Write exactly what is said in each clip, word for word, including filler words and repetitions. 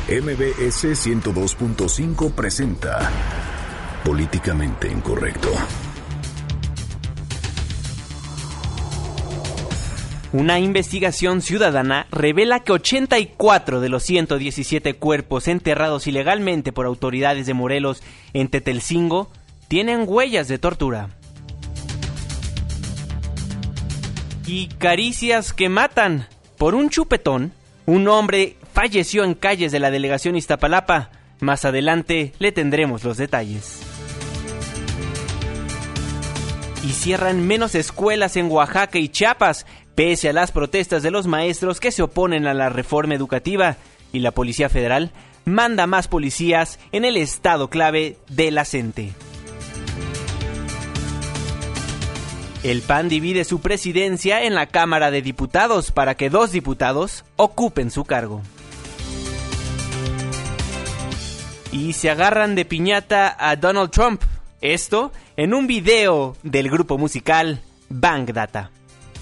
M B S ciento dos punto cinco presenta Políticamente Incorrecto. Una investigación ciudadana revela que ochenta y cuatro de los ciento diecisiete cuerpos enterrados ilegalmente por autoridades de Morelos en Tetelcingo tienen huellas de tortura. Y caricias que matan. Por un chupetón, un hombre falleció en calles de la delegación Iztapalapa. Más adelante le tendremos los detalles. Y cierran menos escuelas en Oaxaca y Chiapas, pese a las protestas de los maestros que se oponen a la reforma educativa. Y la Policía Federal manda más policías en el estado clave de la CENTE. El P A N divide su presidencia en la Cámara de Diputados para que dos diputados ocupen su cargo. Y se agarran de piñata a Donald Trump. Esto en un video del grupo musical Bang Data.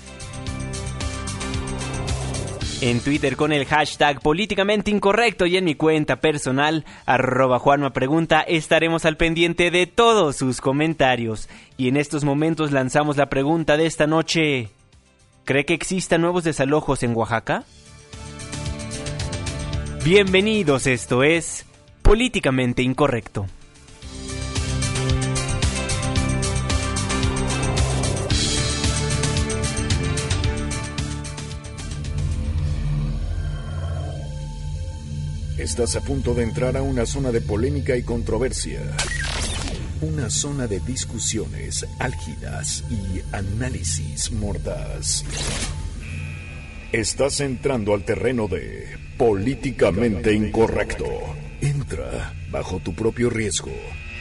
En Twitter con el hashtag políticamente incorrecto y en mi cuenta personal, arroba Juanma Pregunta, estaremos al pendiente de todos sus comentarios. Y en estos momentos lanzamos la pregunta de esta noche. ¿Cree que existan nuevos desalojos en Oaxaca? Bienvenidos, esto es Políticamente Incorrecto. Estás a punto de entrar a una zona de polémica y controversia. Una zona de discusiones álgidas y análisis mordaz. Estás entrando al terreno de Políticamente Incorrecto. Entra bajo tu propio riesgo.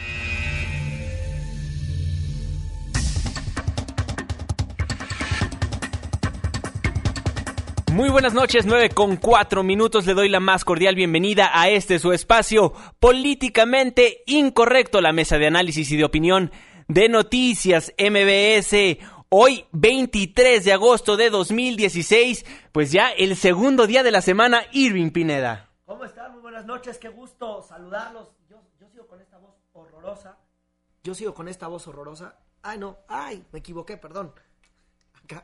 Muy buenas noches, nueve con cuatro minutos, le doy la más cordial bienvenida a este su espacio Políticamente Incorrecto, la mesa de análisis y de opinión de Noticias M B S. Hoy, veintitrés de agosto de dos mil dieciséis, pues ya el segundo día de la semana. Irving Pineda. ¿Cómo están? Muy buenas noches, qué gusto saludarlos. Yo, yo sigo con esta voz horrorosa. Yo sigo con esta voz horrorosa. Ay, no, ay, me equivoqué, perdón. Acá.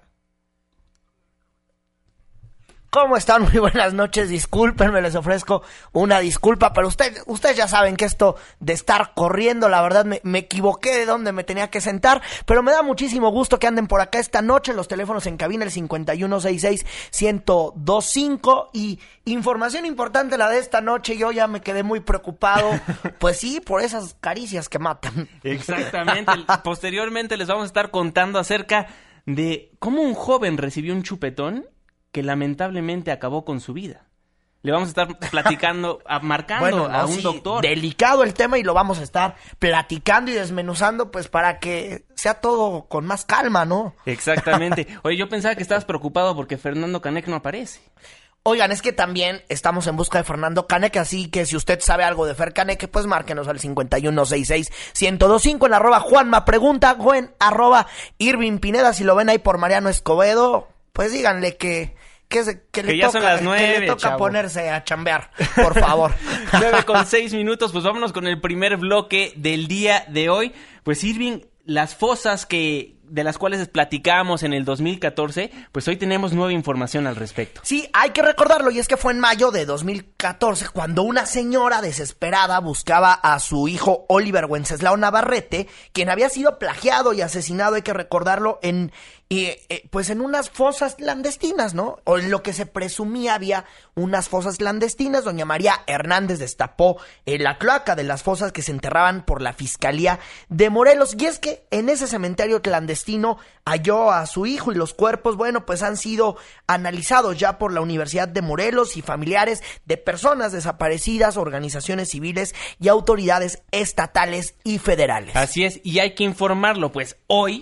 ¿Cómo están? Muy buenas noches, discúlpenme, les ofrezco una disculpa, pero usted, ustedes ya saben que esto de estar corriendo, la verdad me, me equivoqué de dónde me tenía que sentar, pero me da muchísimo gusto que anden por acá esta noche, los teléfonos en cabina, el cincuenta y uno sesenta y seis, ciento veinticinco, y información importante la de esta noche, yo ya me quedé muy preocupado, pues sí, por esas caricias que matan. Exactamente, posteriormente les vamos a estar contando acerca de cómo un joven recibió un chupetón que lamentablemente acabó con su vida. Le vamos a estar platicando, a, marcando bueno, no, a un sí, doctor. Delicado el tema y lo vamos a estar platicando y desmenuzando, pues para que sea todo con más calma, ¿no? Exactamente. Oye, yo pensaba que estabas preocupado porque Fernando Canek no aparece. Oigan, es que también estamos en busca de Fernando Canek, así que si usted sabe algo de Fer Canek, pues márquenos al cincuenta y uno sesenta y seis, ciento veinticinco en arroba Juanma Pregunta o en arroba Irving Pineda. Si lo ven ahí por Mariano Escobedo, pues díganle que... Que, se, que, que le ya toca, son las nueve, que le toca chavo. Ponerse a chambear, por favor. nueve con seis minutos, pues vámonos con el primer bloque del día de hoy. Pues Irving, las fosas que de las cuales platicamos en el dos mil catorce, pues hoy tenemos nueva información al respecto. Sí, hay que recordarlo, y es que fue en mayo de dos mil catorce cuando una señora desesperada buscaba a su hijo Oliver Wenceslao Navarrete, quien había sido plagiado y asesinado, hay que recordarlo, en y eh, pues en unas fosas clandestinas, ¿no? O en lo que se presumía había unas fosas clandestinas. Doña María Hernández destapó eh, la cloaca de las fosas que se enterraban por la Fiscalía de Morelos, y es que en ese cementerio clandestino halló a su hijo, y los cuerpos, bueno, pues han sido analizados ya por la Universidad de Morelos y familiares de personas desaparecidas, organizaciones civiles y autoridades estatales y federales. Así es, y hay que informarlo, pues hoy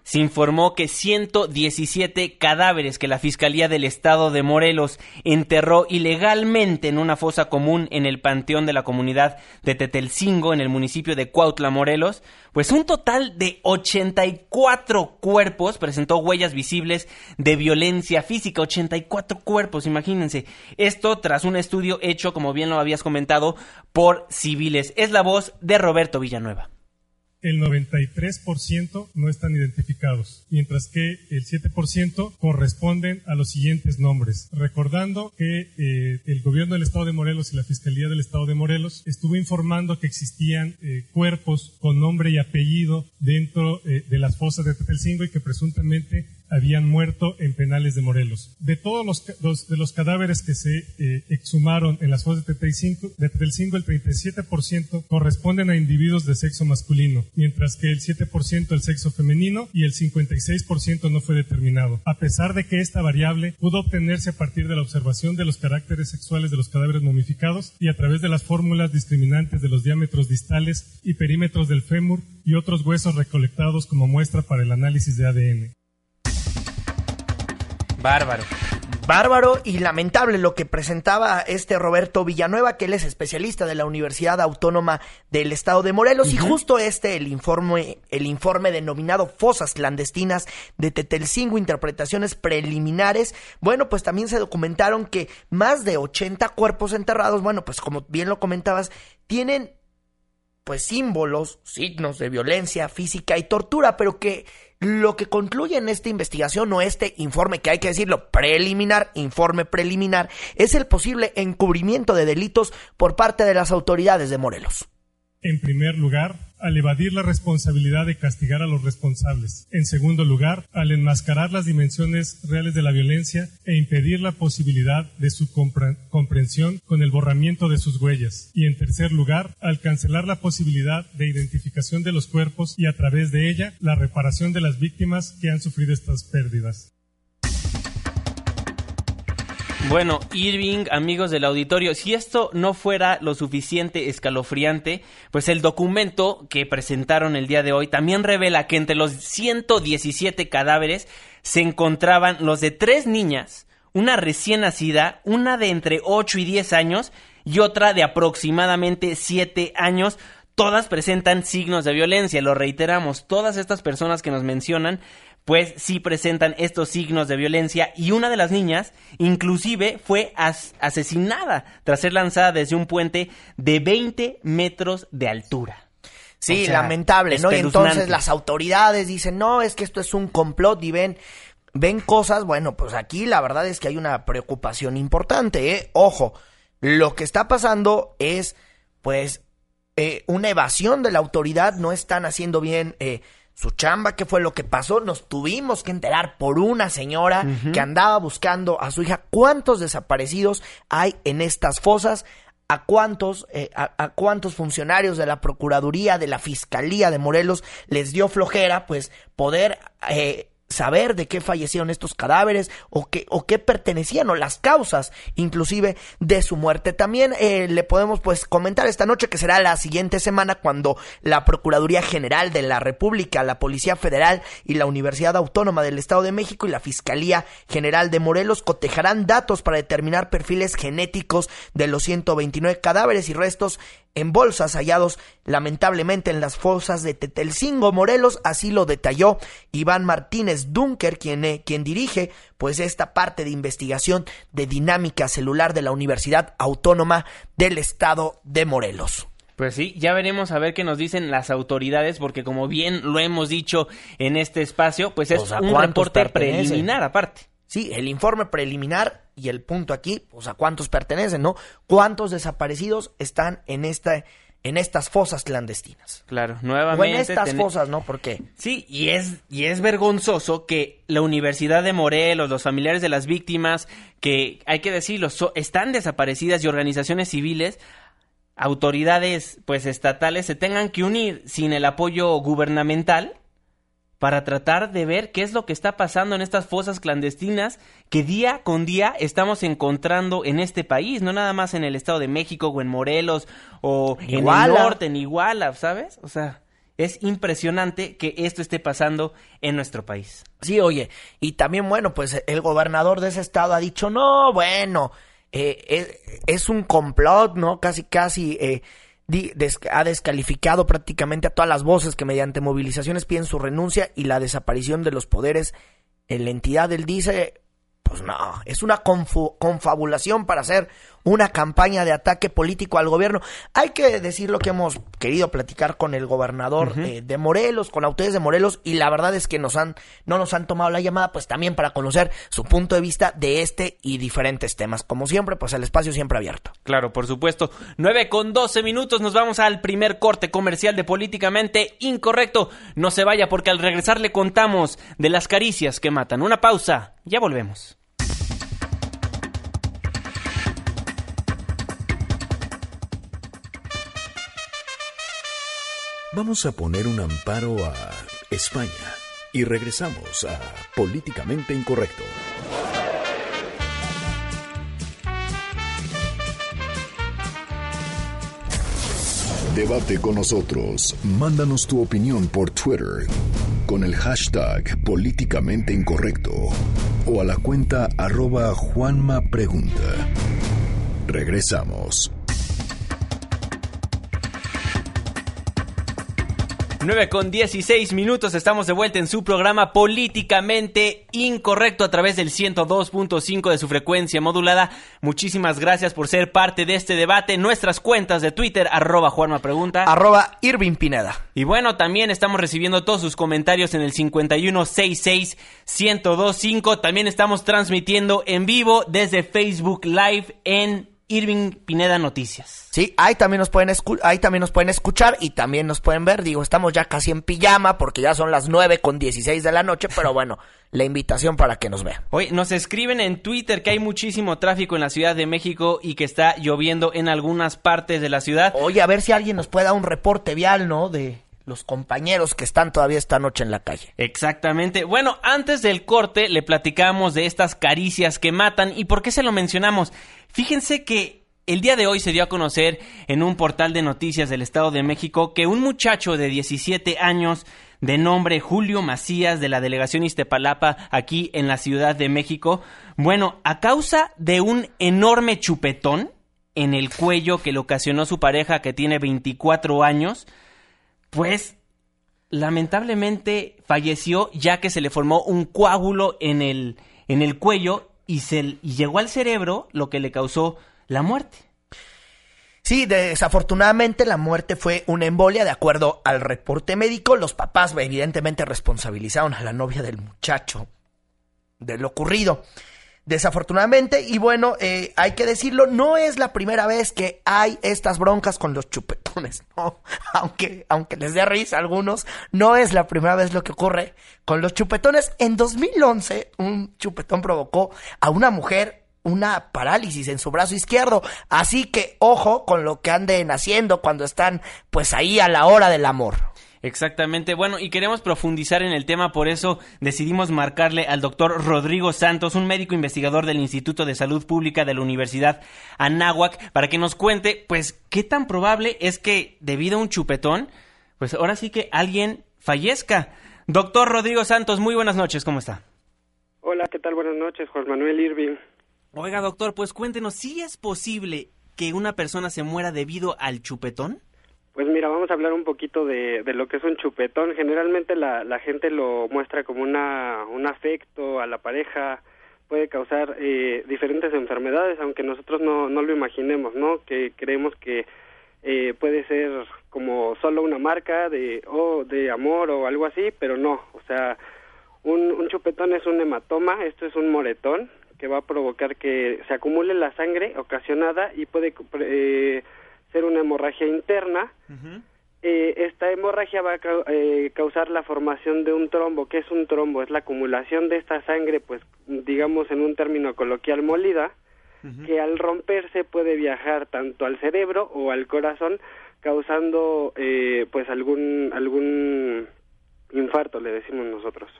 se informó que ciento diecisiete cadáveres que la Fiscalía del Estado de Morelos enterró ilegalmente en una fosa común en el panteón de la comunidad de Tetelcingo, en el municipio de Cuautla, Morelos, pues un total de ochenta y cuatro cuerpos presentó huellas visibles de violencia física. ochenta y cuatro cuerpos, imagínense. Esto tras un estudio hecho, como bien lo habías comentado, por civiles. Es la voz de Roberto Villanueva. El noventa y tres por ciento no están identificados, mientras que el siete por ciento corresponden a los siguientes nombres. Recordando que eh, el gobierno del Estado de Morelos y la Fiscalía del Estado de Morelos estuvo informando que existían eh, cuerpos con nombre y apellido dentro eh, de las fosas de Tetelcingo y que presuntamente habían muerto en penales de Morelos. De todos los, los, de los cadáveres que se eh, exhumaron en las fosas de Tetelcingo, de Tetelcingo, el treinta y siete por ciento corresponden a individuos de sexo masculino, mientras que el siete por ciento el sexo femenino y el cincuenta y seis por ciento no fue determinado, a pesar de que esta variable pudo obtenerse a partir de la observación de los caracteres sexuales de los cadáveres momificados y a través de las fórmulas discriminantes de los diámetros distales y perímetros del fémur y otros huesos recolectados como muestra para el análisis de A D N. Bárbaro. Bárbaro y lamentable lo que presentaba este Roberto Villanueva, que él es especialista de la Universidad Autónoma del Estado de Morelos, uh-huh. Y justo este, el informe, el informe denominado Fosas Clandestinas de Tetelcingo, interpretaciones preliminares, bueno, pues también se documentaron que más de ochenta cuerpos enterrados, bueno, pues como bien lo comentabas, tienen pues símbolos, signos de violencia física y tortura, pero que lo que concluye en esta investigación o este informe, que hay que decirlo, preliminar, informe preliminar, es el posible encubrimiento de delitos por parte de las autoridades de Morelos. En primer lugar, al evadir la responsabilidad de castigar a los responsables. En segundo lugar, al enmascarar las dimensiones reales de la violencia e impedir la posibilidad de su compre- comprensión con el borramiento de sus huellas. Y en tercer lugar, al cancelar la posibilidad de identificación de los cuerpos y a través de ella, la reparación de las víctimas que han sufrido estas pérdidas. Bueno, Irving, amigos del auditorio, si esto no fuera lo suficiente escalofriante, pues el documento que presentaron el día de hoy también revela que entre los ciento diecisiete cadáveres se encontraban los de tres niñas, una recién nacida, una de entre ocho y diez años y otra de aproximadamente siete años. Todas presentan signos de violencia, lo reiteramos, todas estas personas que nos mencionan pues sí presentan estos signos de violencia, y una de las niñas inclusive fue as- asesinada tras ser lanzada desde un puente de veinte metros de altura. Sí, O sea, lamentable, ¿no? Y entonces las autoridades dicen, no, es que esto es un complot y ven, ven cosas. Bueno, pues aquí la verdad es que hay una preocupación importante, ¿eh? Ojo, lo que está pasando es, pues, eh, una evasión de la autoridad, no están haciendo bien eh, su chamba. ¿Qué fue lo que pasó? Nos tuvimos que enterar por una señora uh-huh. que andaba buscando a su hija. ¿Cuántos desaparecidos hay en estas fosas? ¿A cuántos, eh, a, a cuántos funcionarios de la Procuraduría, de la Fiscalía de Morelos les dio flojera, pues, poder eh, saber de qué fallecieron estos cadáveres o qué, o qué pertenecían o las causas inclusive de su muerte? También eh, le podemos pues comentar esta noche que será la siguiente semana cuando la Procuraduría General de la República, la Policía Federal y la Universidad Autónoma del Estado de México y la Fiscalía General de Morelos cotejarán datos para determinar perfiles genéticos de los ciento veintinueve cadáveres y restos en bolsas hallados lamentablemente en las fosas de Tetelcingo, Morelos. Así lo detalló Iván Martínez Dunker, quien, eh, quien dirige pues esta parte de investigación de dinámica celular de la Universidad Autónoma del Estado de Morelos. Pues sí, ya veremos a ver qué nos dicen las autoridades, porque como bien lo hemos dicho en este espacio, pues es o sea, un reporte preliminar aparte. Sí, el informe preliminar y el punto aquí, pues a cuántos pertenecen, ¿no? ¿Cuántos desaparecidos están en esta, en estas fosas clandestinas? Claro, nuevamente. O en estas ten... fosas, ¿no? ¿Por qué? Sí, y es, y es vergonzoso que la Universidad de Morelos, los familiares de las víctimas, que hay que decirlo, so, están desaparecidas, y organizaciones civiles, autoridades pues estatales, se tengan que unir sin el apoyo gubernamental para tratar de ver qué es lo que está pasando en estas fosas clandestinas que día con día estamos encontrando en este país, no nada más en el Estado de México o en Morelos o Iguala. En el norte, en Iguala, ¿sabes? O sea, Es impresionante que esto esté pasando en nuestro país. Sí, oye, y también, bueno, pues el gobernador de ese estado ha dicho, no, bueno, eh, es, es un complot, ¿no? Casi, casi eh, di, des, ha descalificado prácticamente a todas las voces que mediante movilizaciones piden su renuncia y la desaparición de los poderes en la entidad. Él dice, pues no, es una confu, confabulación para hacer una campaña de ataque político al gobierno. Hay que decir lo que hemos querido platicar con el gobernador uh-huh. eh, de Morelos, con autoridades de Morelos, y la verdad es que nos han no nos han tomado la llamada, pues también para conocer su punto de vista de este y diferentes temas. Como siempre, pues el espacio siempre abierto. Claro, por supuesto. nueve con doce minutos, nos vamos al primer corte comercial de Políticamente Incorrecto. No se vaya, porque al regresar le contamos de las caricias que matan. Una pausa, ya volvemos. Vamos a poner un amparo a España y regresamos a Políticamente Incorrecto. Debate con nosotros. Mándanos tu opinión por Twitter con el hashtag Políticamente Incorrecto o a la cuenta arroba Juanma Pregunta. Regresamos. nueve con dieciséis minutos, estamos de vuelta en su programa Políticamente Incorrecto a través del ciento dos punto cinco de su frecuencia modulada. Muchísimas gracias por ser parte de este debate. Nuestras cuentas de Twitter, arroba Juanma Pregunta, arroba Irving Pineda. Y bueno, también estamos recibiendo todos sus comentarios en el cincuenta y uno sesenta y seis ciento veinticinco. También estamos transmitiendo en vivo desde Facebook Live en Irving Pineda Noticias. Sí, ahí también nos pueden escu- ahí también nos pueden escuchar y también nos pueden ver. Digo, estamos ya casi en pijama porque ya son las nueve con dieciséis de la noche, pero bueno, la invitación para que nos vean. Oye, nos escriben en Twitter que hay muchísimo tráfico en la Ciudad de México y que está lloviendo en algunas partes de la ciudad. Oye, a ver si alguien nos puede dar un reporte vial, ¿no? De los compañeros que están todavía esta noche en la calle. Exactamente. Bueno, antes del corte le platicamos de estas caricias que matan. ¿Y por qué se lo mencionamos? Fíjense que el día de hoy se dio a conocer en un portal de noticias del Estado de México que un muchacho de diecisiete años de nombre Julio Macías, de la delegación Iztapalapa, aquí en la Ciudad de México, bueno, a causa de un enorme chupetón en el cuello que le ocasionó su pareja, que tiene veinticuatro años, pues lamentablemente falleció, ya que se le formó un coágulo en el, en el cuello y, se, y llegó al cerebro, lo que le causó la muerte. Sí, desafortunadamente la muerte fue una embolia, de acuerdo al reporte médico. Los papás evidentemente responsabilizaron a la novia del muchacho de lo ocurrido. Desafortunadamente, y bueno, eh, hay que decirlo, no es la primera vez que hay estas broncas con los chupetones, no, aunque, aunque les dé risa a algunos, no es la primera vez lo que ocurre con los chupetones. En dos mil once, un chupetón provocó a una mujer una parálisis en su brazo izquierdo, así que ojo con lo que anden haciendo cuando están pues ahí a la hora del amor. Exactamente, bueno, y queremos profundizar en el tema, por eso decidimos marcarle al doctor Rodrigo Santos, un médico investigador del Instituto de Salud Pública de la Universidad Anáhuac, para que nos cuente, pues, qué tan probable es que debido a un chupetón, pues ahora sí que alguien fallezca. Doctor Rodrigo Santos, muy buenas noches, ¿cómo está? Hola, ¿qué tal? Buenas noches, Juan Manuel Irving. Oiga, doctor, pues cuéntenos, ¿sí es posible que una persona se muera debido al chupetón? Pues mira, vamos a hablar un poquito de, de lo que es un chupetón. Generalmente la, la gente lo muestra como una, un afecto a la pareja, puede causar eh, diferentes enfermedades, aunque nosotros no, no lo imaginemos, ¿no? Que creemos que eh, puede ser como solo una marca de, oh, de amor o algo así, pero no. O sea, un, un chupetón es un hematoma, esto es un moretón que va a provocar que se acumule la sangre ocasionada y puede eh, ser una hemorragia interna. Uh-huh. Eh, esta hemorragia va a ca- eh, causar la formación de un trombo. ¿Qué es un trombo? Es la acumulación de esta sangre, pues digamos en un término coloquial, molida, uh-huh, que al romperse puede viajar tanto al cerebro o al corazón, causando eh, pues algún algún infarto, le decimos nosotros.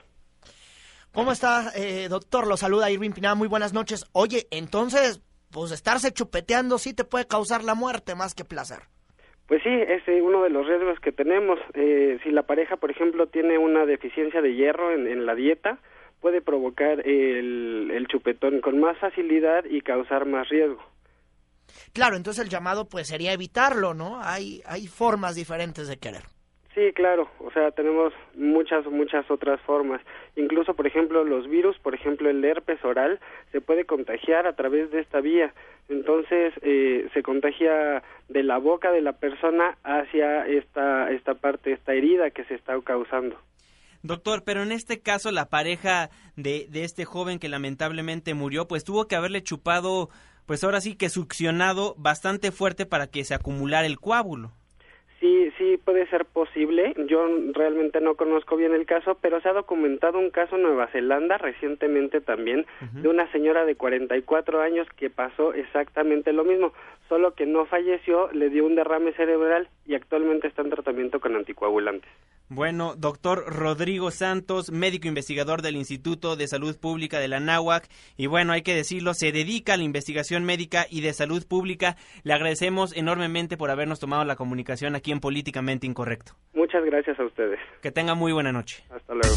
¿Cómo está, eh, doctor? Lo saluda Irving Pineda, muy buenas noches. Oye, entonces, pues estarse chupeteando sí te puede causar la muerte más que placer. Pues sí, es eh, uno de los riesgos que tenemos. Eh, si la pareja, por ejemplo, tiene una deficiencia de hierro en, en la dieta, puede provocar el, el chupetón con más facilidad y causar más riesgo. Claro, entonces el llamado pues sería evitarlo, ¿no? Hay, hay formas diferentes de querer. Sí, claro, o sea, tenemos muchas, muchas otras formas. Incluso, por ejemplo, los virus, por ejemplo, el herpes oral, se puede contagiar a través de esta vía. Entonces, eh, se contagia de la boca de la persona hacia esta, esta parte, esta herida que se está causando. Doctor, pero en este caso la pareja de, de este joven que lamentablemente murió, pues tuvo que haberle chupado, pues ahora sí que succionado bastante fuerte para que se acumulara el coágulo. Sí, sí puede ser posible. Yo realmente no conozco bien el caso, pero se ha documentado un caso en Nueva Zelanda recientemente también, uh-huh, de una señora de cuarenta y cuatro años que pasó exactamente lo mismo, solo que no falleció, le dio un derrame cerebral y actualmente está en tratamiento con anticoagulantes. Bueno, doctor Rodrigo Santos, médico investigador del Instituto de Salud Pública de la Anáhuac, y bueno, hay que decirlo, se dedica a la investigación médica y de salud pública. Le agradecemos enormemente por habernos tomado la comunicación aquí en Políticamente Incorrecto. Muchas gracias a ustedes. Que tenga muy buena noche. Hasta luego.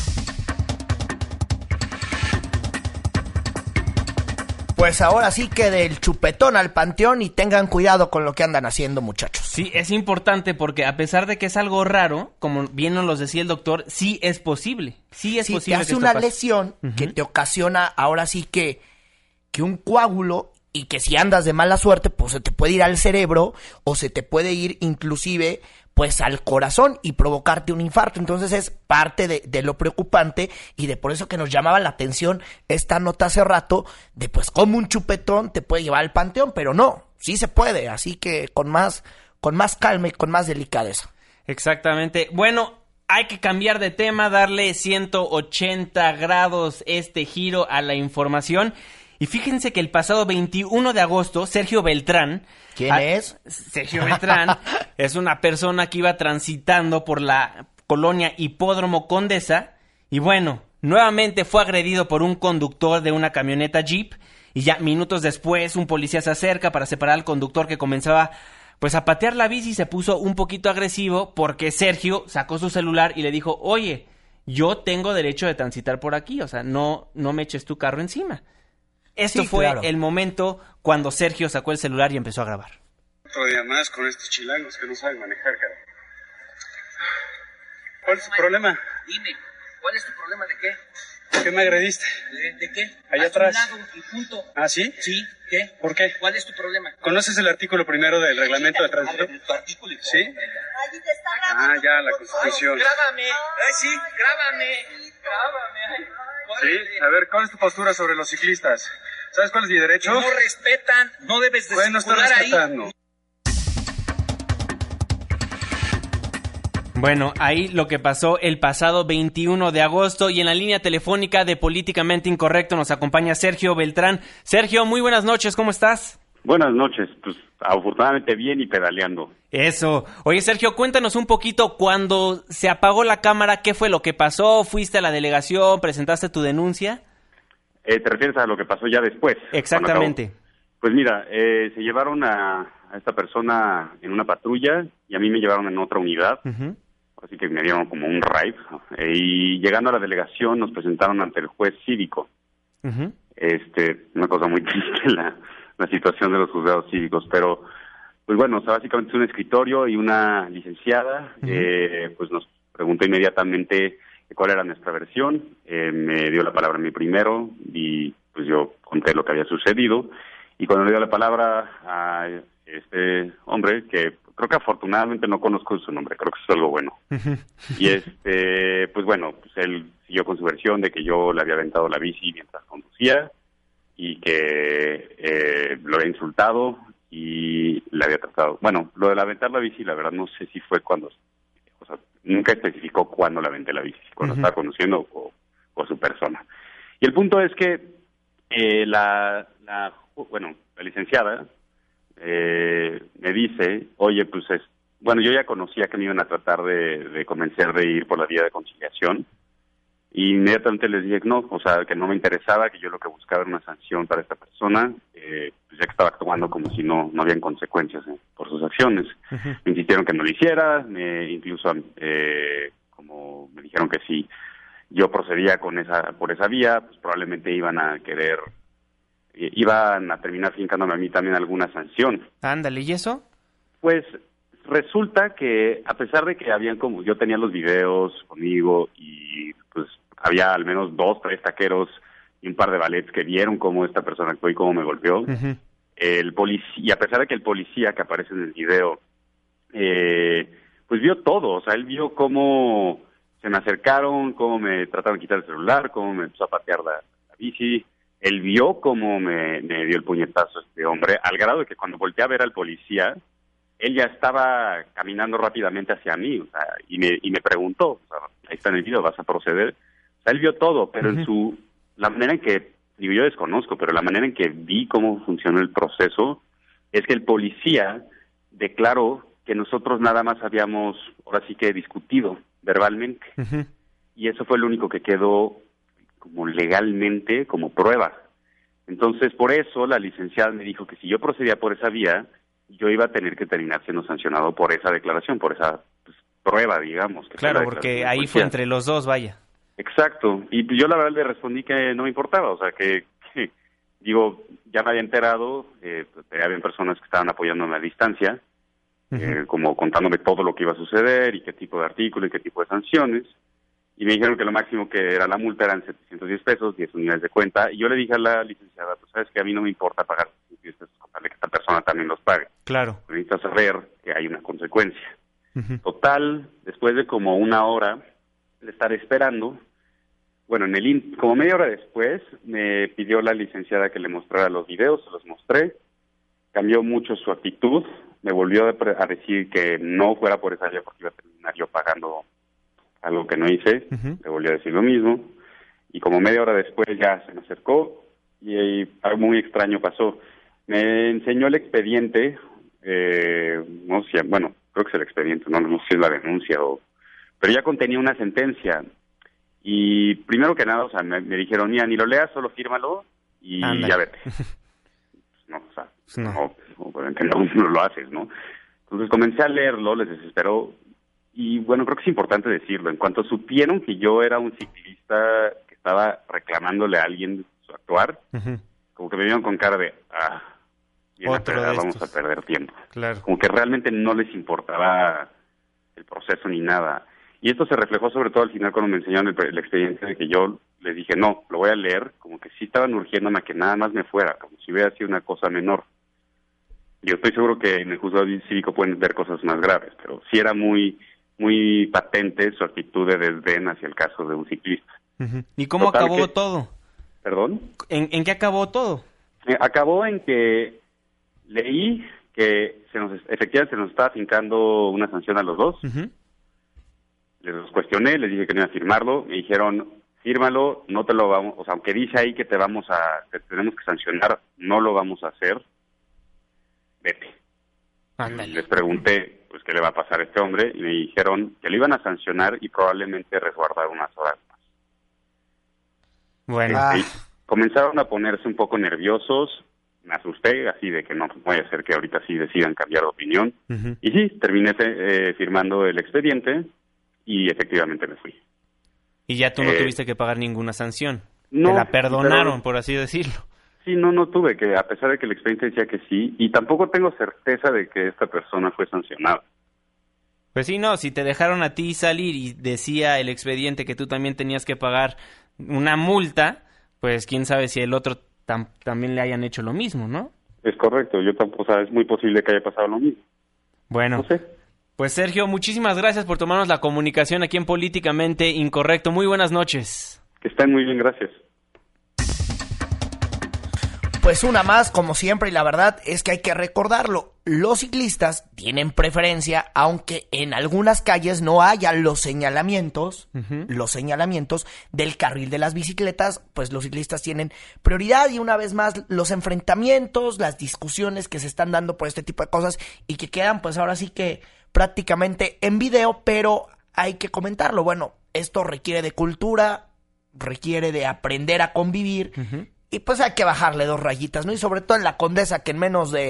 Pues ahora sí que del chupetón al panteón y tengan cuidado con lo que andan haciendo, muchachos. Sí, es importante porque a pesar de que es algo raro, como bien nos lo decía el doctor, sí es posible. Sí es sí, posible. Te hace que una pase. lesión uh-huh, que te ocasiona ahora sí que, que un coágulo, y que si andas de mala suerte, pues se te puede ir al cerebro o se te puede ir inclusive pues al corazón y provocarte un infarto. Entonces es parte de, de lo preocupante y de por eso que nos llamaba la atención esta nota hace rato de pues cómo un chupetón te puede llevar al panteón, pero no, sí se puede, así que con más, con más calma y con más delicadeza. Exactamente. Bueno, hay que cambiar de tema, darle ciento ochenta grados este giro a la información. Y fíjense que el pasado veintiuno de agosto, Sergio Beltrán... ¿Quién a, es? Sergio Beltrán es una persona que iba transitando por la colonia Hipódromo Condesa y bueno, nuevamente fue agredido por un conductor de una camioneta Jeep y ya minutos después un policía se acerca para separar al conductor que comenzaba pues a patear la bici y se puso un poquito agresivo porque Sergio sacó su celular y le dijo, oye, yo tengo derecho de transitar por aquí, o sea, no, no me eches tu carro encima. Esto sí, fue claro. el momento cuando Sergio sacó el celular y empezó a grabar. Otro día más con estos chilangos que no saben manejar, cara. ¿Cuál es tu problema? Dime, ¿cuál es tu problema? ¿De qué? ¿Por qué me agrediste? ¿De, de qué? Allá atrás. Un lado y punto. ¿Ah, sí? Sí, ¿qué? ¿Por qué? ¿Cuál es tu problema? ¿Conoces el artículo primero del reglamento de tránsito? ¿Tu artículo? ¿Sí? Ah, ya, la Constitución. Grábame. Ay, sí, grábame. Grábame. Ay, sí, a ver, ¿cuál es tu postura sobre los ciclistas? ¿Sabes cuál es mi derecho? No respetan, no debes de bueno, circular estoy ahí. respetando. Bueno, ahí lo que pasó el pasado veintiuno de agosto y en la línea telefónica de Políticamente Incorrecto nos acompaña Sergio Beltrán. Sergio, muy buenas noches, ¿cómo estás? Buenas noches, pues afortunadamente bien y pedaleando. Eso. Oye, Sergio, cuéntanos un poquito, cuando se apagó la cámara, ¿qué fue lo que pasó? ¿Fuiste a la delegación? ¿Presentaste tu denuncia? Eh, ¿Te refieres a lo que pasó ya después? Exactamente. Pues mira, eh, se llevaron a, a esta persona en una patrulla y a mí me llevaron en otra unidad. Uh-huh. Así que me dieron como un ride. Eh, y llegando a la delegación nos presentaron ante el juez cívico. Uh-huh. Este, una cosa muy triste la, la situación de los juzgados cívicos, pero pues bueno, o sea, básicamente es un escritorio y una licenciada. Uh-huh. eh, pues nos preguntó inmediatamente cuál era nuestra versión, eh, me dio la palabra a mí primero y pues yo conté lo que había sucedido y cuando le dio la palabra a este hombre, que creo que afortunadamente no conozco su nombre, creo que eso es algo bueno, uh-huh. y este, pues bueno, pues él siguió con su versión de que yo le había aventado la bici mientras conducía y que eh, lo había insultado y le había tratado, bueno, lo de aventar la bici la verdad no sé si fue cuando... O sea, nunca especificó cuándo le aventé la bici, cuando uh-huh. estaba conduciendo o, o su persona. Y el punto es que eh, la, la, bueno, la licenciada eh, me dice, oye, pues es, bueno, yo ya conocía que me iban a tratar de, de convencer de ir por la vía de conciliación y inmediatamente les dije que no, o sea, que no me interesaba, que yo lo que buscaba era una sanción para esta persona, eh, pues ya que estaba actuando como si no, no habían consecuencias eh, por por sus acciones. Uh-huh. Me insistieron que no lo hiciera, me, incluso eh, como me dijeron que si yo procedía con esa por esa vía, pues probablemente iban a querer, eh, iban a terminar fincándome a mí también alguna sanción. Ándale, ¿y eso? Pues resulta que a pesar de que habían como, yo tenía los videos conmigo y pues había al menos dos, tres taqueros y un par de valets que vieron cómo esta persona actuó y cómo me golpeó. Uh-huh. El policía, y a pesar de que el policía que aparece en el video, eh, pues vio todo, o sea, él vio cómo se me acercaron, cómo me trataron de quitar el celular, cómo me empezó a patear la, la bici, él vio cómo me, me dio el puñetazo este hombre, al grado de que cuando volteé a ver al policía, él ya estaba caminando rápidamente hacia mí, o sea, y me, y me preguntó, o sea, ahí está en el video, ¿vas a proceder? O sea, él vio todo, pero uh-huh. en su, la manera en que, digo, yo desconozco, pero la manera en que vi cómo funcionó el proceso es que el policía declaró que nosotros nada más habíamos, ahora sí que discutido verbalmente, uh-huh. y eso fue lo único que quedó como legalmente como prueba. Entonces, por eso la licenciada me dijo que si yo procedía por esa vía, yo iba a tener que terminar siendo sancionado por esa declaración, por esa pues, prueba, digamos. Que claro, porque ahí fue entre los dos, vaya. Exacto, y yo la verdad le respondí que no me importaba, o sea, que, que digo, ya me había enterado, eh, pues, había personas que estaban apoyándome a distancia, uh-huh. eh, como contándome todo lo que iba a suceder y qué tipo de artículo y qué tipo de sanciones, y me dijeron que lo máximo que era la multa eran setecientos diez pesos, diez unidades de cuenta, y yo le dije a la licenciada, pues sabes que a mí no me importa pagar setecientos diez pesos, contarle que esta persona también los pague. Claro. Necesitas saber que hay una consecuencia. Uh-huh. Total, después de como una hora de estar esperando, bueno, en el in- como media hora después, me pidió la licenciada que le mostrara los videos, se los mostré, cambió mucho su actitud, me volvió a, pre- a decir que no fuera por esa vía porque iba a terminar yo pagando algo que no hice, uh-huh. le volvió a decir lo mismo, y como media hora después ya se me acercó, y, y algo muy extraño pasó. Me enseñó el expediente, eh, no sé, bueno, creo que es el expediente, no, no sé si es la denuncia, o, pero ya contenía una sentencia. Y primero que nada, o sea, me, me dijeron, mira, ni lo leas, solo fírmalo y Anda. ya vete. No, o sea, no, no, obviamente no, no lo haces, ¿no? Entonces comencé a leerlo, les desesperó, y bueno, creo que es importante decirlo, en cuanto supieron que yo era un ciclista que estaba reclamándole a alguien su actuar, uh-huh. como que me vieron con cara de, ah, bien a perder, vamos a perder tiempo. Claro. Como que realmente no les importaba el proceso ni nada. Y esto se reflejó sobre todo al final cuando me enseñaron el, el expediente, de que yo les dije, no, lo voy a leer, como que sí estaban urgiéndome a que nada más me fuera, como si hubiera sido una cosa menor. Yo estoy seguro que en el juzgado cívico pueden ver cosas más graves, pero sí era muy muy patente su actitud de desdén hacia el caso de un ciclista. Uh-huh. ¿Y cómo Total acabó que, todo? ¿Perdón? ¿En, ¿En qué acabó todo? Eh, acabó en que leí que se nos, efectivamente se nos estaba fincando una sanción a los dos. Uh-huh. Les cuestioné, les dije que no iba a firmarlo, me dijeron, fírmalo, no te lo vamos, o sea, aunque dice ahí que te vamos a, que tenemos que sancionar, no lo vamos a hacer, vete. Ándale. Les pregunté, pues, qué le va a pasar a este hombre, y me dijeron que lo iban a sancionar y probablemente resguardar unas horas más. Bueno. Ah. Comenzaron a ponerse un poco nerviosos, me asusté, así de que no vaya a ser que ahorita sí decidan cambiar de opinión, uh-huh. y sí, terminé eh, firmando el expediente, y efectivamente me fui. Y ya tú no eh, tuviste que pagar ninguna sanción. No. Te la perdonaron, pero, por así decirlo. Sí, no, no tuve que, a pesar de que el expediente decía que sí, y tampoco tengo certeza de que esta persona fue sancionada. Pues sí, no, si te dejaron a ti salir y decía el expediente que tú también tenías que pagar una multa, pues quién sabe si el otro tam- también le hayan hecho lo mismo, ¿no? Es correcto, yo tampoco, o sea, es muy posible que haya pasado lo mismo. Bueno. No sé. Pues Sergio, muchísimas gracias por tomarnos la comunicación aquí en Políticamente Incorrecto. Muy buenas noches. Que estén muy bien, gracias. Pues una más, como siempre, y la verdad es que hay que recordarlo. Los ciclistas tienen preferencia, aunque en algunas calles no haya los señalamientos, uh-huh. los señalamientos del carril de las bicicletas, pues los ciclistas tienen prioridad, y una vez más los enfrentamientos, las discusiones que se están dando por este tipo de cosas y que quedan pues ahora sí que prácticamente en video, pero hay que comentarlo. Bueno, esto requiere de cultura, requiere de aprender a convivir, uh-huh. y pues hay que bajarle dos rayitas, ¿no? Y sobre todo en la Condesa, que en menos de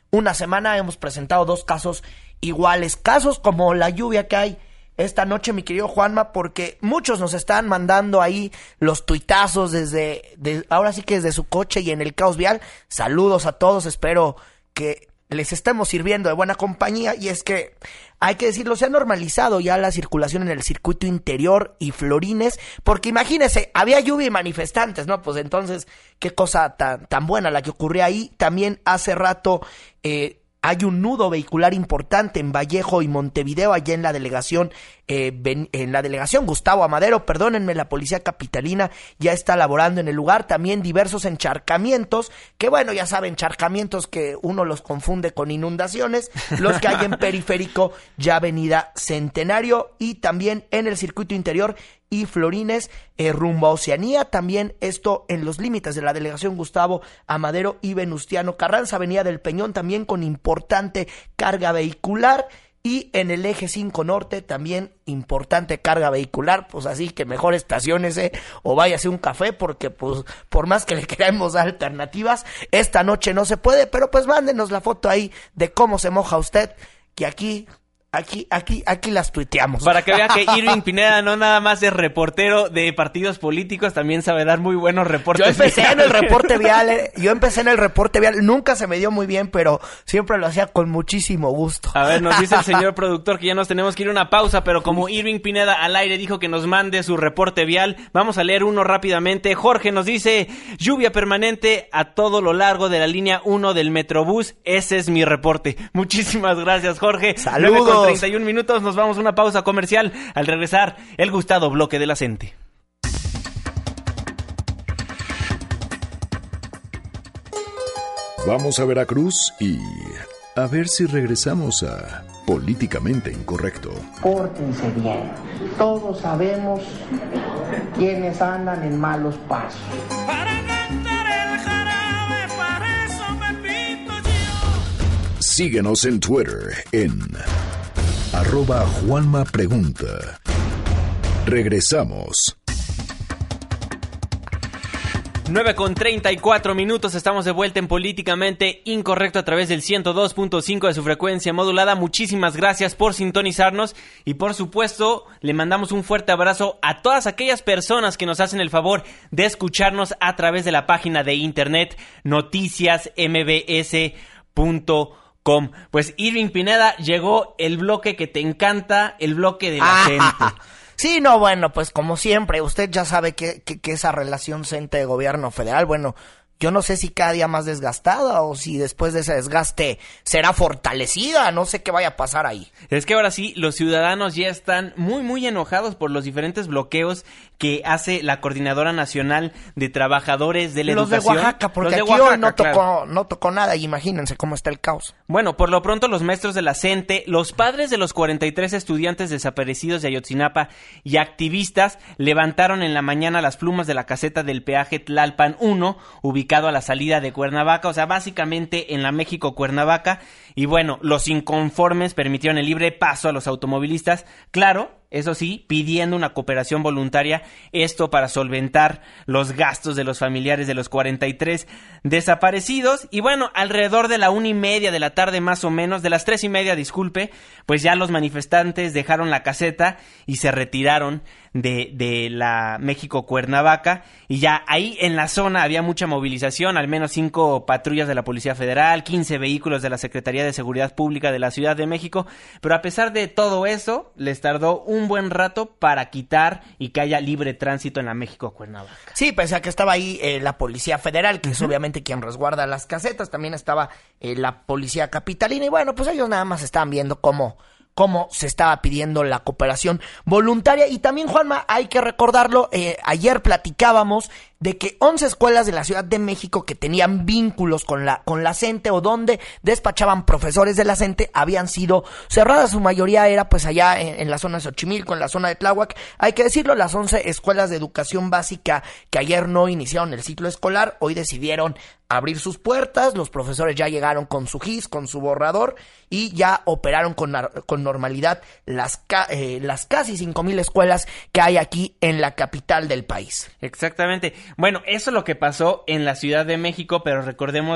una semana hemos presentado dos casos iguales, casos como la lluvia que hay esta noche, mi querido Juanma, porque muchos nos están mandando ahí los tuitazos desde, de, ahora sí que desde su coche y en el caos vial. Saludos a todos, espero que les estemos sirviendo de buena compañía. Y es que, hay que decirlo, se ha normalizado ya la circulación en el circuito interior y Florines, porque imagínense, había lluvia y manifestantes, ¿no? Pues entonces, qué cosa tan, tan buena la que ocurrió ahí. También hace rato, eh, hay un nudo vehicular importante en Vallejo y Montevideo, allá en la delegación, eh, ben, en la delegación Gustavo Amadero, perdónenme, la policía capitalina ya está laborando en el lugar. También diversos encharcamientos, que bueno, ya saben, encharcamientos que uno los confunde con inundaciones, los que hay en Periférico y Avenida Centenario, y también en el circuito interior y Florines, eh, rumbo a Oceanía, también esto en los límites de la delegación Gustavo Amadero y Venustiano Carranza, Avenida del Peñón, también con importante carga vehicular, y en el eje cinco norte también importante carga vehicular. Pues así que mejor estaciónese o váyase un café, porque pues por más que le queramos dar alternativas, esta noche no se puede. Pero pues mándenos la foto ahí de cómo se moja usted, que aquí... Aquí, aquí, aquí las tuiteamos. Para que vean que Irving Pineda no nada más es reportero de partidos políticos, también sabe dar muy buenos reportes. Yo empecé viales. en el reporte vial, eh. yo empecé en el reporte vial, nunca se me dio muy bien, pero siempre lo hacía con muchísimo gusto. A ver, nos dice el señor productor que ya nos tenemos que ir a una pausa, pero como Irving Pineda al aire dijo que nos mande su reporte vial, vamos a leer uno rápidamente. Jorge nos dice, lluvia permanente a todo lo largo de la línea uno del Metrobús, ese es mi reporte. Muchísimas gracias, Jorge. Saludos. treinta y un minutos, nos vamos a una pausa comercial. Al regresar, el gustado bloque de la gente. Vamos a Veracruz y a ver si regresamos a Políticamente Incorrecto. Pórtense bien. Todos sabemos quiénes andan en malos pasos. Para cantar el jarabe, para eso me pinto yo. Síguenos en Twitter en arroba Juanma Pregunta. Regresamos. nueve con treinta y cuatro minutos, estamos de vuelta en Políticamente Incorrecto a través del ciento dos punto cinco de su frecuencia modulada. Muchísimas gracias por sintonizarnos y por supuesto le mandamos un fuerte abrazo a todas aquellas personas que nos hacen el favor de escucharnos a través de la página de internet noticias m b s punto com. Pues Irving Pineda, llegó el bloque que te encanta, el bloque de la gente. Sí, no, bueno, pues como siempre, usted ya sabe que, que, que esa relación CENTE de gobierno federal, bueno, yo no sé si cada día más desgastada o si después de ese desgaste será fortalecida, no sé qué vaya a pasar ahí. Es que ahora sí, los ciudadanos ya están muy, muy enojados por los diferentes bloqueos que hace la Coordinadora Nacional de Trabajadores de la los Educación. Los de Oaxaca, porque de aquí Oaxaca, hoy no tocó, claro. no tocó nada, y imagínense cómo está el caos. Bueno, por lo pronto los maestros de la CENTE, los padres de los cuarenta y tres estudiantes desaparecidos de Ayotzinapa y activistas levantaron en la mañana las plumas de la caseta del peaje Tlalpan uno, ubicado a la salida de Cuernavaca, o sea, básicamente en la México-Cuernavaca, y bueno, los inconformes permitieron el libre paso a los automovilistas, claro, eso sí, pidiendo una cooperación voluntaria, esto para solventar los gastos de los familiares de los cuarenta y tres desaparecidos. Y bueno, alrededor de la una y media de la tarde más o menos, de las tres y media, disculpe, pues ya los manifestantes dejaron la caseta y se retiraron de, de la México-Cuernavaca, y ya ahí en la zona había mucha movilización, al menos cinco patrullas de la Policía Federal, quince vehículos de la Secretaría de Seguridad Pública de la Ciudad de México, pero a pesar de todo eso, les tardó un buen rato para quitar y que haya libre tránsito en la México-Cuernavaca. Sí, pese a que estaba ahí eh, la Policía Federal, que uh-huh. es obviamente quien resguarda las casetas, también estaba eh, la Policía Capitalina, y bueno, pues ellos nada más estaban viendo cómo... cómo se estaba pidiendo la cooperación voluntaria. Y también, Juanma, hay que recordarlo, eh, ayer platicábamos de que once escuelas de la Ciudad de México que tenían vínculos con la con la CENTE o donde despachaban profesores de la CENTE habían sido cerradas. Su mayoría era pues allá en, en la zona de Xochimilco, en la zona de Tláhuac. Hay que decirlo, las once escuelas de educación básica que ayer no iniciaron el ciclo escolar, hoy decidieron abrir sus puertas. Los profesores ya llegaron con su G I S, con su borrador, y ya operaron con, con normalidad las, ca, eh, las casi cinco mil escuelas que hay aquí en la capital del país. Exactamente. Bueno, eso es lo que pasó en la Ciudad de México, pero recordemos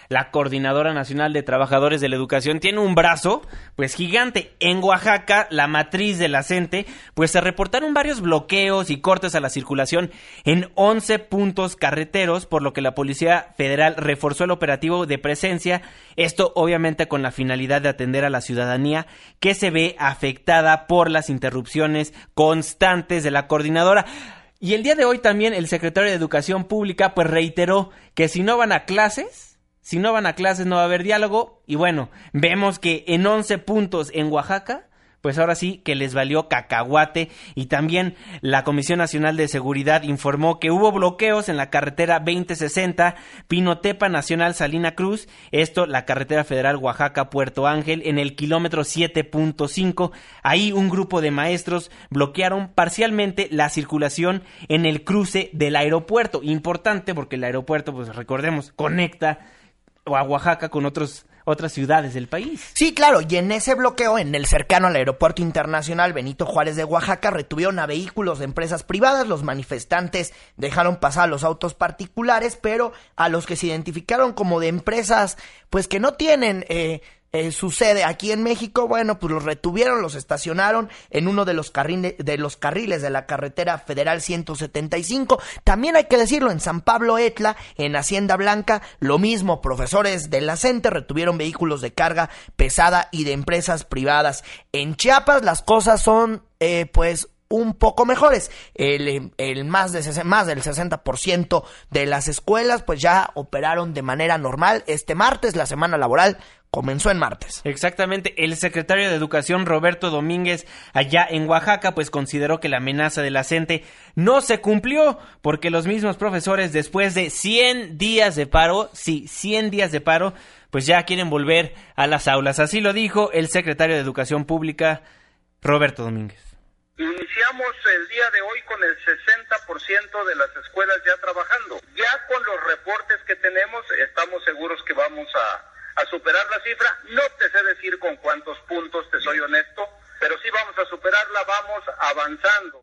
la Coordinadora Nacional de Trabajadores de la Educación, tiene un brazo, pues gigante. En Oaxaca, la matriz de la CENTE, pues se reportaron varios bloqueos y cortes a la circulación en once puntos carreteros, por lo que la Policía Federal reforzó el operativo de presencia, esto obviamente con la finalidad de atender a la ciudadanía que se ve afectada por las interrupciones constantes de la coordinadora. Y el día de hoy también el secretario de Educación Pública pues reiteró que si no van a clases, si no van a clases no va a haber diálogo. Y bueno, vemos que en once puntos en Oaxaca, pues ahora sí que les valió cacahuate. Y también la Comisión Nacional de Seguridad informó que hubo bloqueos en la carretera veinte sesenta Pinotepa Nacional Salina Cruz, esto la carretera federal Oaxaca-Puerto Ángel, en el kilómetro siete punto cinco. Ahí un grupo de maestros bloquearon parcialmente la circulación en el cruce del aeropuerto. Importante porque el aeropuerto, pues recordemos, conecta a Oaxaca con otros otras ciudades del país. Sí, claro, y en ese bloqueo, en el cercano al Aeropuerto Internacional Benito Juárez de Oaxaca, retuvieron a vehículos de empresas privadas. Los manifestantes dejaron pasar los autos particulares, pero a los que se identificaron como de empresas, pues que no tienen eh, eh, su sede aquí en México, bueno, pues los retuvieron, los estacionaron en uno de los, carrine, de los carriles de la carretera federal ciento setenta y cinco. También hay que decirlo, en San Pablo Etla, en Hacienda Blanca, lo mismo, profesores de la CENTE retuvieron vehículos de carga pesada y de empresas privadas. En Chiapas las cosas son, eh, pues, un poco mejores. El, el más, de, más del sesenta por ciento de las escuelas pues ya operaron de manera normal este martes. La semana laboral comenzó en martes. Exactamente. El secretario de Educación, Roberto Domínguez, allá en Oaxaca, pues consideró que la amenaza de la CENTE no se cumplió, porque los mismos profesores, después de cien días de paro, sí, cien días de paro, pues ya quieren volver a las aulas. Así lo dijo el secretario de Educación Pública, Roberto Domínguez. Iniciamos el día de hoy con el sesenta por ciento de las escuelas ya trabajando. Ya con los reportes que tenemos, estamos seguros que vamos a, a superar la cifra. No te sé decir con cuántos puntos, te soy honesto, pero sí vamos a superarla, vamos avanzando.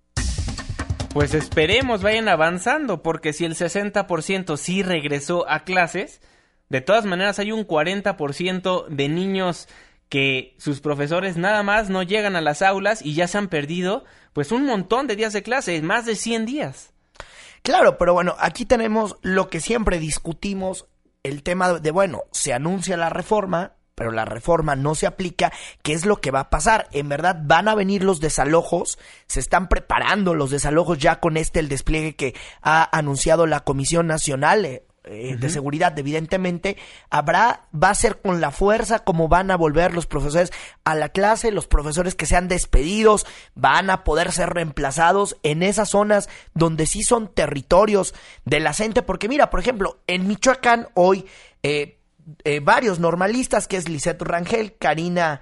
Pues esperemos vayan avanzando, porque si el sesenta por ciento sí regresó a clases, de todas maneras hay un cuarenta por ciento de niños que sus profesores nada más no llegan a las aulas y ya se han perdido pues un montón de días de clase, más de cien días. Claro, pero bueno, aquí tenemos lo que siempre discutimos, el tema de, bueno, se anuncia la reforma, pero la reforma no se aplica. ¿Qué es lo que va a pasar? En verdad van a venir los desalojos, se están preparando los desalojos ya con este el despliegue que ha anunciado la Comisión Nacional eh, Eh, uh-huh. de Seguridad. Evidentemente habrá, va a ser con la fuerza como van a volver los profesores a la clase. Los profesores que sean despedidos van a poder ser reemplazados en esas zonas donde sí son territorios de la CENTE, porque mira, por ejemplo, en Michoacán hoy eh, eh, varios normalistas, que es Lisette Rangel, Karina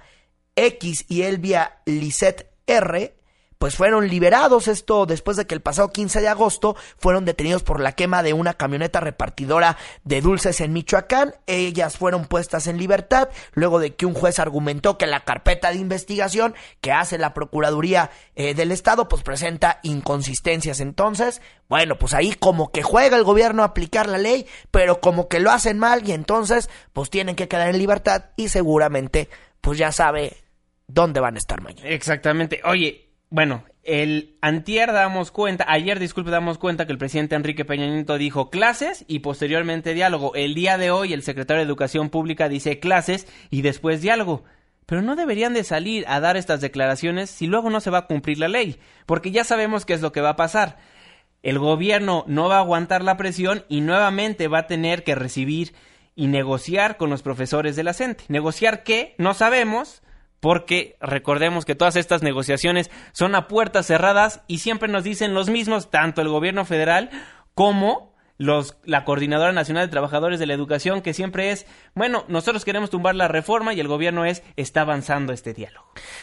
X y Elvia Lisette R, pues fueron liberados, esto después de que el pasado quince de agosto fueron detenidos por la quema de una camioneta repartidora de dulces en Michoacán. Ellas fueron puestas en libertad luego de que un juez argumentó que la carpeta de investigación que hace la Procuraduría eh, del Estado pues presenta inconsistencias. Entonces, bueno, pues ahí como que juega el gobierno a aplicar la ley, pero como que lo hacen mal y entonces pues tienen que quedar en libertad y seguramente pues ya sabe dónde van a estar mañana. Exactamente. Oye, bueno, el antier damos cuenta, ayer disculpe, damos cuenta que el presidente Enrique Peña Nieto dijo clases y posteriormente diálogo. El día de hoy el secretario de Educación Pública dice clases y después diálogo. Pero no deberían de salir a dar estas declaraciones si luego no se va a cumplir la ley, porque ya sabemos qué es lo que va a pasar. El gobierno no va a aguantar la presión y nuevamente va a tener que recibir y negociar con los profesores de la CENTE. ¿Negociar qué? No sabemos, porque recordemos que todas estas negociaciones son a puertas cerradas y siempre nos dicen los mismos, tanto el gobierno federal como los la Coordinadora Nacional de Trabajadores de la Educación, que siempre es, bueno, nosotros queremos tumbar la reforma y el gobierno es, está avanzando este diálogo.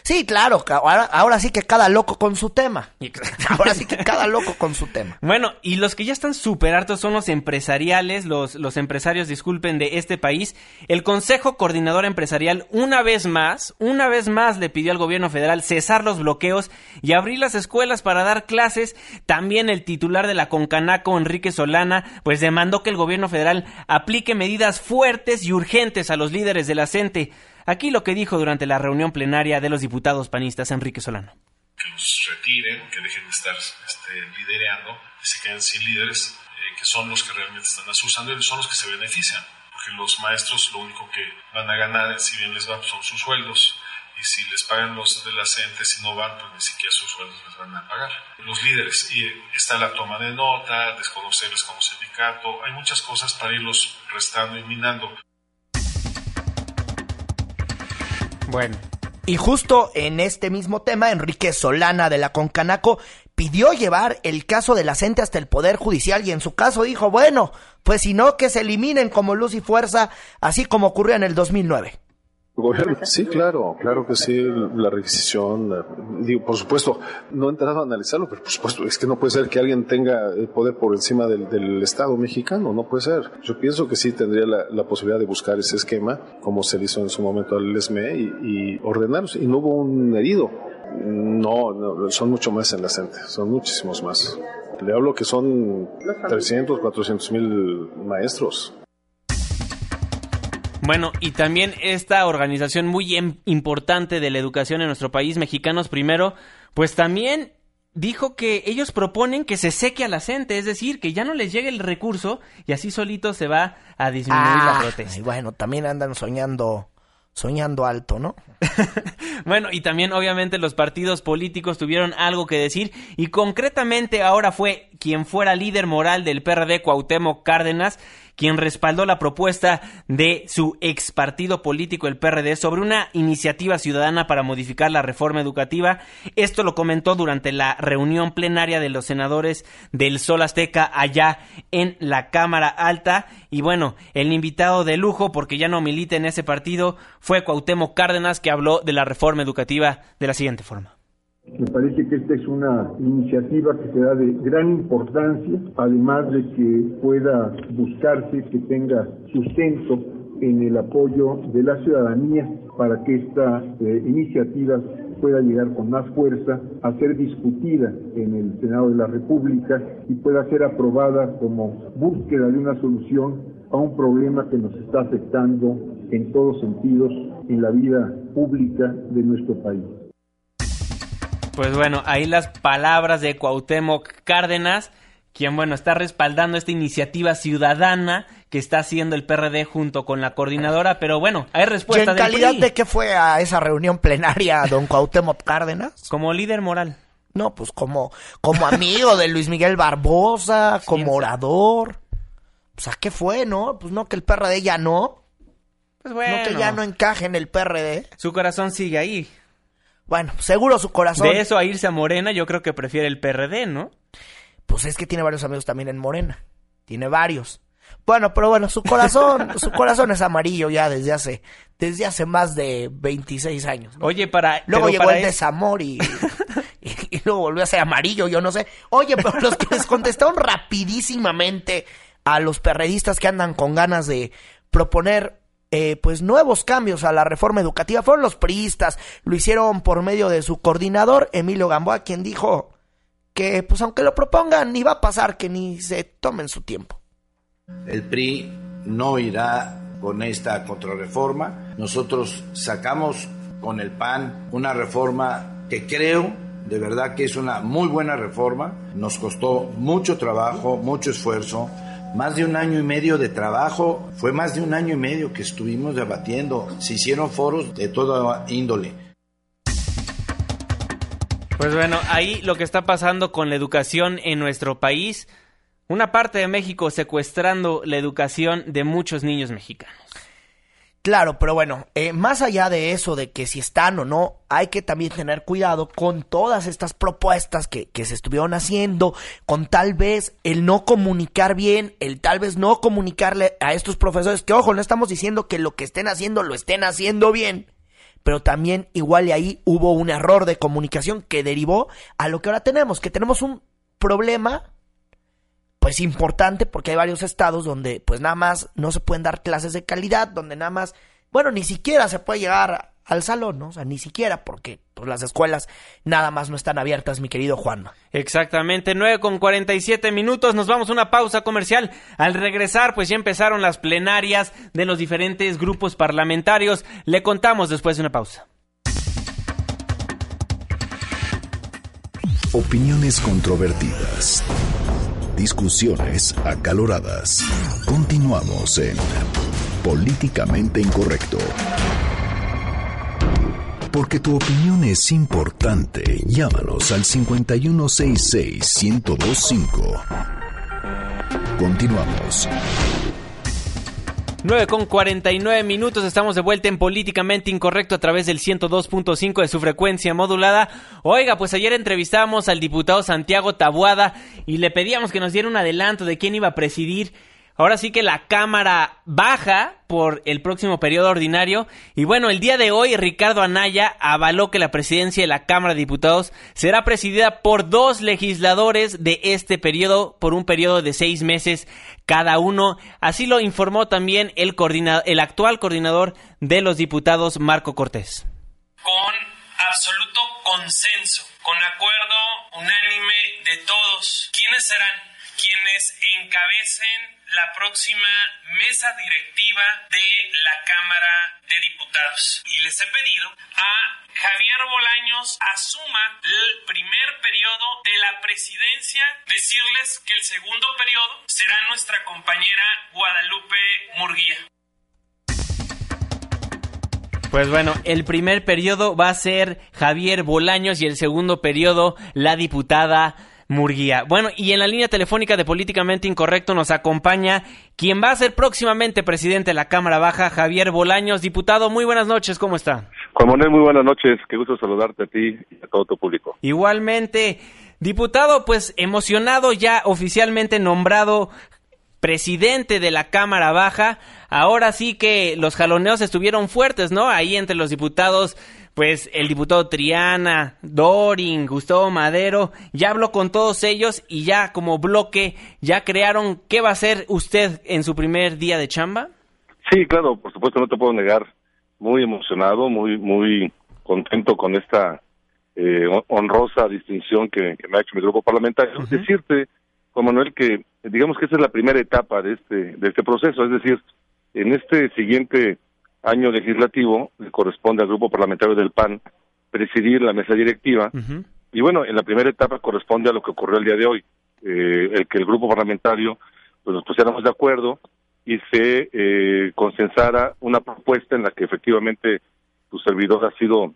Sí, claro, ahora, ahora sí que cada loco con su tema. Ahora sí que cada loco con su tema. Bueno, y los que ya están súper hartos son los empresariales, los, los empresarios, disculpen, de este país. El Consejo Coordinador Empresarial, una vez más, una vez más le pidió al gobierno federal cesar los bloqueos y abrir las escuelas para dar clases. También el titular de la Concanaco, Enrique Solana, pues demandó que el gobierno federal aplique medidas fuertes y urgentes a los líderes de la CENTE. Aquí lo que dijo durante la reunión plenaria de los diputados panistas, Enrique Solano. Que los retiren, que dejen de estar este, liderando, que se queden sin líderes, eh, que son los que realmente están asusando y son los que se benefician. Porque los maestros lo único que van a ganar, si bien les va, son sus sueldos. Y si les pagan los de la CENTE, si no van, pues ni siquiera sus sueldos les van a pagar. Los líderes, y está la toma de nota, desconocerles como sindicato, hay muchas cosas para irlos restando y minando. Bueno. Y justo en este mismo tema, Enrique Solana de la Concanaco pidió llevar el caso de la CENTE hasta el Poder Judicial y en su caso dijo, bueno, pues si no, que se eliminen como luz y fuerza, así como ocurrió en el dos mil nueve. Sí, claro, claro que sí, la requisición, digo, por supuesto, no he entrado a analizarlo, pero por supuesto, es que no puede ser que alguien tenga el poder por encima del, del Estado mexicano, no puede ser. Yo pienso que sí tendría la, la posibilidad de buscar ese esquema, como se hizo en su momento al E S M E, y, y ordenarlos, y no hubo un herido. No, no, son mucho más en la CENTE, son muchísimos más. Le hablo que son trescientos, cuatrocientos mil maestros. Bueno, y también esta organización muy em- importante de la educación en nuestro país, Mexicanos Primero, pues también dijo que ellos proponen que se seque a la CENTE, es decir, que ya no les llegue el recurso y así solito se va a disminuir ah, la protesta. Y bueno, también andan soñando, soñando alto, ¿no? Bueno, y también obviamente los partidos políticos tuvieron algo que decir y concretamente ahora fue quien fuera líder moral del P R D, Cuauhtémoc Cárdenas, quien respaldó la propuesta de su ex partido político, el P R D, sobre una iniciativa ciudadana para modificar la reforma educativa. Esto lo comentó durante la reunión plenaria de los senadores del Sol Azteca allá en la Cámara Alta. Y bueno, el invitado de lujo, porque ya no milita en ese partido, fue Cuauhtémoc Cárdenas, que habló de la reforma educativa de la siguiente forma. Me parece que esta es una iniciativa que será de gran importancia, además de que pueda buscarse que tenga sustento en el apoyo de la ciudadanía para que esta eh, iniciativa pueda llegar con más fuerza a ser discutida en el Senado de la República y pueda ser aprobada como búsqueda de una solución a un problema que nos está afectando en todos sentidos en la vida pública de nuestro país. Pues bueno, ahí las palabras de Cuauhtémoc Cárdenas, quien bueno está respaldando esta iniciativa ciudadana que está haciendo el P R D junto con la coordinadora, pero bueno, hay respuesta del P R I. ¿En calidad de qué fue a esa reunión plenaria don Cuauhtémoc Cárdenas? Como líder moral. No, pues como, como amigo de Luis Miguel Barbosa, como orador. Pues ¿a qué fue, no? Pues no, que el P R D ya no. Pues bueno. No, que ya no encaje en el P R D. Su corazón sigue ahí. Bueno, seguro su corazón. De eso a irse a Morena, yo creo que prefiere el P R D, ¿no? Pues es que tiene varios amigos también en Morena. Tiene varios. Bueno, pero bueno, su corazón, su corazón es amarillo ya desde hace, desde hace más de veintiséis años, ¿no? Oye, para... Luego pero llegó para el es... desamor y, y, y luego volvió a ser amarillo, yo no sé. Oye, pero los que les contestaron rapidísimamente a los perredistas que andan con ganas de proponer Eh, pues nuevos cambios a la reforma educativa fueron los priistas. Lo hicieron por medio de su coordinador Emilio Gamboa, quien dijo que pues aunque lo propongan ni va a pasar, que ni se tomen su tiempo. El P R I no irá con esta contrarreforma. Nosotros sacamos con el P A N una reforma que creo de verdad que es una muy buena reforma. Nos costó mucho trabajo, mucho esfuerzo. Más de un año y medio de trabajo, fue más de un año y medio que estuvimos debatiendo, se hicieron foros de toda índole. Pues bueno, ahí lo que está pasando con la educación en nuestro país, una parte de México secuestrando la educación de muchos niños mexicanos. Claro, pero bueno, eh, más allá de eso, de que si están o no, hay que también tener cuidado con todas estas propuestas que, que se estuvieron haciendo, con tal vez el no comunicar bien, el tal vez no comunicarle a estos profesores, que ojo, no estamos diciendo que lo que estén haciendo lo estén haciendo bien, pero también igual y ahí hubo un error de comunicación que derivó a lo que ahora tenemos, que tenemos un problema pues importante, porque hay varios estados donde pues nada más no se pueden dar clases de calidad, donde nada más, bueno, ni siquiera se puede llegar al salón, ¿no? O sea, ni siquiera, porque pues las escuelas nada más no están abiertas, mi querido Juanma. Exactamente, nueve con cuarenta y siete minutos, nos vamos a una pausa comercial. Al regresar, pues ya empezaron las plenarias de los diferentes grupos parlamentarios. Le contamos después de una pausa. Opiniones controvertidas. Discusiones acaloradas. Continuamos en Políticamente Incorrecto. Porque tu opinión es importante. Llámanos al cincuenta y uno sesenta y seis, ciento veinticinco. Continuamos. nueve con cuarenta y nueve minutos, estamos de vuelta en Políticamente Incorrecto a través del ciento dos punto cinco de su frecuencia modulada. Oiga, pues ayer entrevistamos al diputado Santiago Taboada y le pedíamos que nos diera un adelanto de quién iba a presidir ahora sí que la Cámara Baja por el próximo periodo ordinario. Y bueno, el día de hoy Ricardo Anaya avaló que la presidencia de la Cámara de Diputados será presidida por dos legisladores de este periodo, por un periodo de seis meses cada uno. Así lo informó también el, coordinador, el actual coordinador de los diputados, Marco Cortés. Con absoluto consenso, con acuerdo unánime de todos, ¿quiénes serán? Quienes encabecen la próxima mesa directiva de la Cámara de Diputados. Y les he pedido a Javier Bolaños asuma el primer periodo de la presidencia, decirles que el segundo periodo será nuestra compañera Guadalupe Murguía. Pues bueno, el primer periodo va a ser Javier Bolaños y el segundo periodo la diputada Murguía. Bueno, y en la línea telefónica de Políticamente Incorrecto nos acompaña quien va a ser próximamente presidente de la Cámara Baja, Javier Bolaños. Diputado, muy buenas noches, ¿cómo está? Juan Manuel, muy buenas noches, qué gusto saludarte a ti y a todo tu público. Igualmente, diputado, pues emocionado, ya oficialmente nombrado presidente de la Cámara Baja. Ahora sí que los jaloneos estuvieron fuertes, ¿no? Ahí entre los diputados, pues el diputado Triana, Dorin, Gustavo Madero, ya habló con todos ellos y ya como bloque, ya crearon. ¿Qué va a hacer usted en su primer día de chamba? Sí, claro, por supuesto, no te puedo negar, muy emocionado, muy muy contento con esta eh, honrosa distinción que, que me ha hecho mi grupo parlamentario. Uh-huh. Decirte, Juan Manuel, que digamos que esta es la primera etapa de este de este proceso, es decir, en este siguiente año legislativo le corresponde al grupo parlamentario del P A N presidir la mesa directiva. Uh-huh. Y bueno, en la primera etapa corresponde a lo que ocurrió el día de hoy, eh, el que el grupo parlamentario pues nos pusiéramos de acuerdo y se eh, consensara una propuesta en la que efectivamente tu servidor ha sido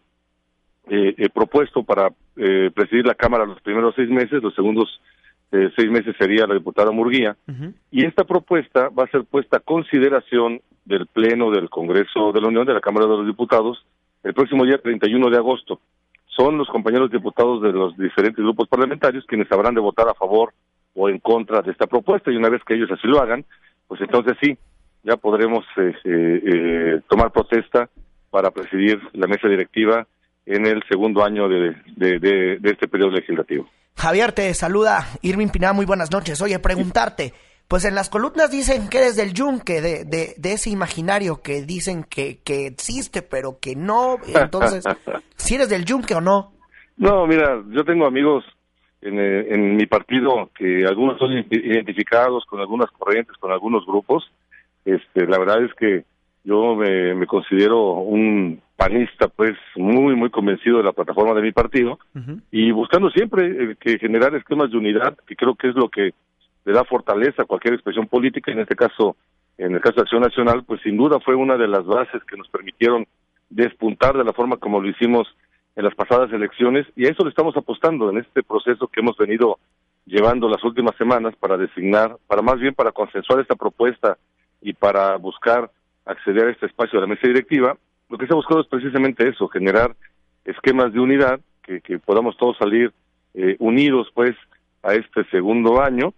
eh, eh, propuesto para eh, presidir la Cámara los primeros seis meses, los segundos eh, seis meses sería la diputada Murguía. Uh-huh. Y esta propuesta va a ser puesta a consideración del Pleno del Congreso de la Unión, de la Cámara de los Diputados, el próximo día treinta y uno de agosto. Son los compañeros diputados de los diferentes grupos parlamentarios quienes habrán de votar a favor o en contra de esta propuesta, y una vez que ellos así lo hagan, pues entonces sí, ya podremos eh, eh, tomar protesta para presidir la mesa directiva en el segundo año de, de, de, de este periodo legislativo. Javier, te saluda Irving Pineda, muy buenas noches. Oye, preguntarte, pues en las columnas dicen que eres del yunque, de, de, de ese imaginario que dicen que, que existe, pero que no. Entonces, ¿si eres del yunque o no? No, mira, yo tengo amigos en, en mi partido que algunos son identificados con algunas corrientes, con algunos grupos. Este, la verdad es que yo me, me considero un panista, pues, muy, muy convencido de la plataforma de mi partido, uh-huh. y buscando siempre eh, que generar esquemas de unidad, que creo que es lo que le da fortaleza a cualquier expresión política. En este caso, en el caso de Acción Nacional, pues sin duda fue una de las bases que nos permitieron despuntar de la forma como lo hicimos en las pasadas elecciones, y a eso le estamos apostando en este proceso que hemos venido llevando las últimas semanas para designar, para más bien para consensuar esta propuesta y para buscar acceder a este espacio de la mesa directiva. Lo que se ha buscado es precisamente eso, generar esquemas de unidad, que, que podamos todos salir eh, unidos pues a este segundo año,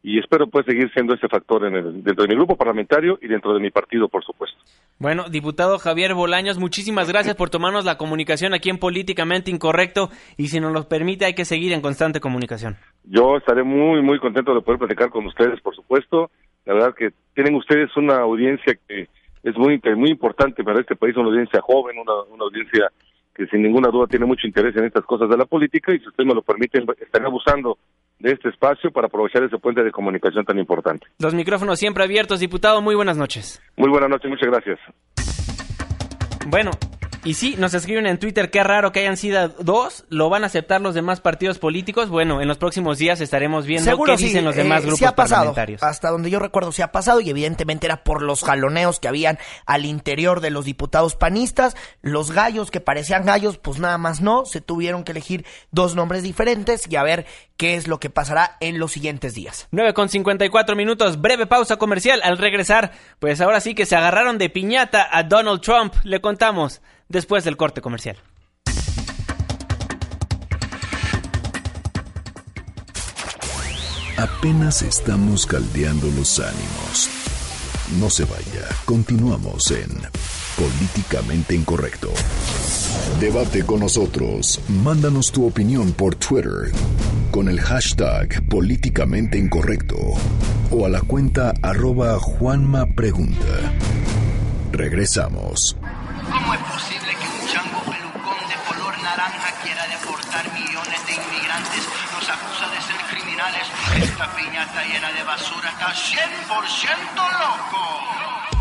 y espero pues seguir siendo ese factor en el, dentro de mi grupo parlamentario y dentro de mi partido, por supuesto. Bueno, diputado Javier Bolaños, muchísimas gracias por tomarnos la comunicación aquí en Políticamente Incorrecto, y si nos lo permite hay que seguir en constante comunicación. Yo estaré muy, muy contento de poder platicar con ustedes, por supuesto. La verdad que tienen ustedes una audiencia que es muy muy importante para este país, una audiencia joven, una, una audiencia que sin ninguna duda tiene mucho interés en estas cosas de la política, y si ustedes me lo permiten, estaré abusando de este espacio para aprovechar ese puente de comunicación tan importante. Los micrófonos siempre abiertos, diputado, muy buenas noches. Muy buenas noches, muchas gracias. Bueno, y sí, nos escriben en Twitter, qué raro que hayan sido dos, ¿lo van a aceptar los demás partidos políticos? Bueno, en los próximos días estaremos viendo Seguro qué dicen sí, los demás eh, grupos sí ha pasado, parlamentarios. Hasta donde yo recuerdo sí ha pasado, y evidentemente era por los jaloneos que habían al interior de los diputados panistas. Los gallos que parecían gallos, pues nada más no, se tuvieron que elegir dos nombres diferentes y a ver qué es lo que pasará en los siguientes días. nueve con cincuenta y cuatro minutos, breve pausa comercial. Al regresar, pues ahora sí que se agarraron de piñata a Donald Trump, le contamos después del corte comercial. Apenas estamos caldeando los ánimos. No se vaya, continuamos en Políticamente Incorrecto. Debate con nosotros, mándanos tu opinión por Twitter con el hashtag Políticamente Incorrecto o a la cuenta arroba Juanma Pregunta. Regresamos. ¿Cómo es posible que un chango pelucón de color naranja quiera deportar millones de inmigrantes? Nos acusa de ser criminales. Esta piñata llena de basura está cien por ciento loco.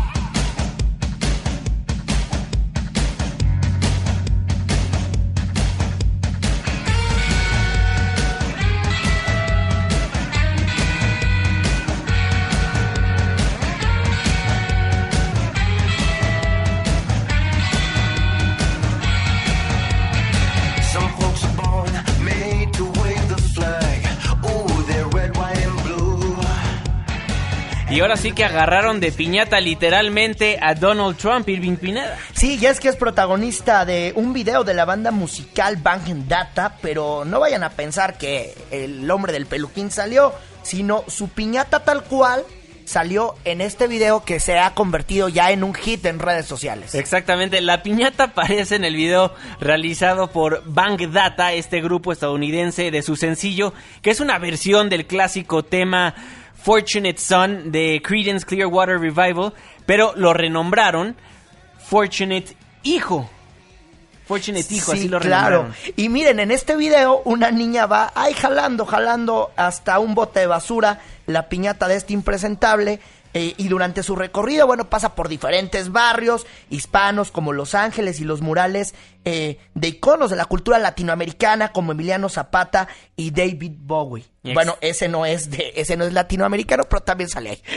Y ahora sí que agarraron de piñata literalmente a Donald Trump, Irving Pineda. Sí, ya es que es protagonista de un video de la banda musical Bang Data, pero no vayan a pensar que el hombre del peluquín salió, sino su piñata tal cual salió en este video que se ha convertido ya en un hit en redes sociales. Exactamente, la piñata aparece en el video realizado por Bang Data, este grupo estadounidense, de su sencillo, que es una versión del clásico tema Fortunate Son de Creedence Clearwater Revival, pero lo renombraron Fortunate Hijo. Fortunate Hijo, sí, así lo claro. renombraron. Y miren, en este video una niña va ahí jalando, jalando hasta un bote de basura la piñata de este impresentable. Eh, y durante su recorrido, bueno, pasa por diferentes barrios hispanos como Los Ángeles y los murales eh, de iconos de la cultura latinoamericana como Emiliano Zapata y David Bowie. Yes. Bueno, ese no es de, ese no es latinoamericano, pero también sale ahí.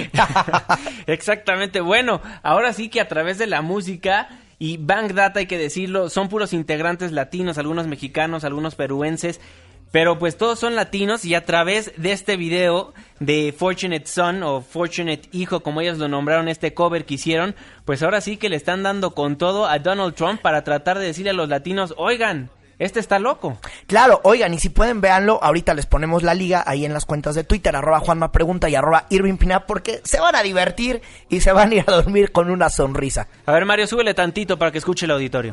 Exactamente. Bueno, ahora sí que a través de la música, y Bang Data, hay que decirlo, son puros integrantes latinos, algunos mexicanos, algunos peruenses, pero pues todos son latinos, y a través de este video de Fortunate Son o Fortunate Hijo, como ellos lo nombraron, este cover que hicieron, pues ahora sí que le están dando con todo a Donald Trump para tratar de decirle a los latinos, oigan, este está loco. Claro, oigan, y si pueden véanlo, ahorita les ponemos la liga ahí en las cuentas de Twitter, arroba Juanma Pregunta y arroba Irving Pineda, porque se van a divertir y se van a ir a dormir con una sonrisa. A ver, Mario, súbele tantito para que escuche el auditorio.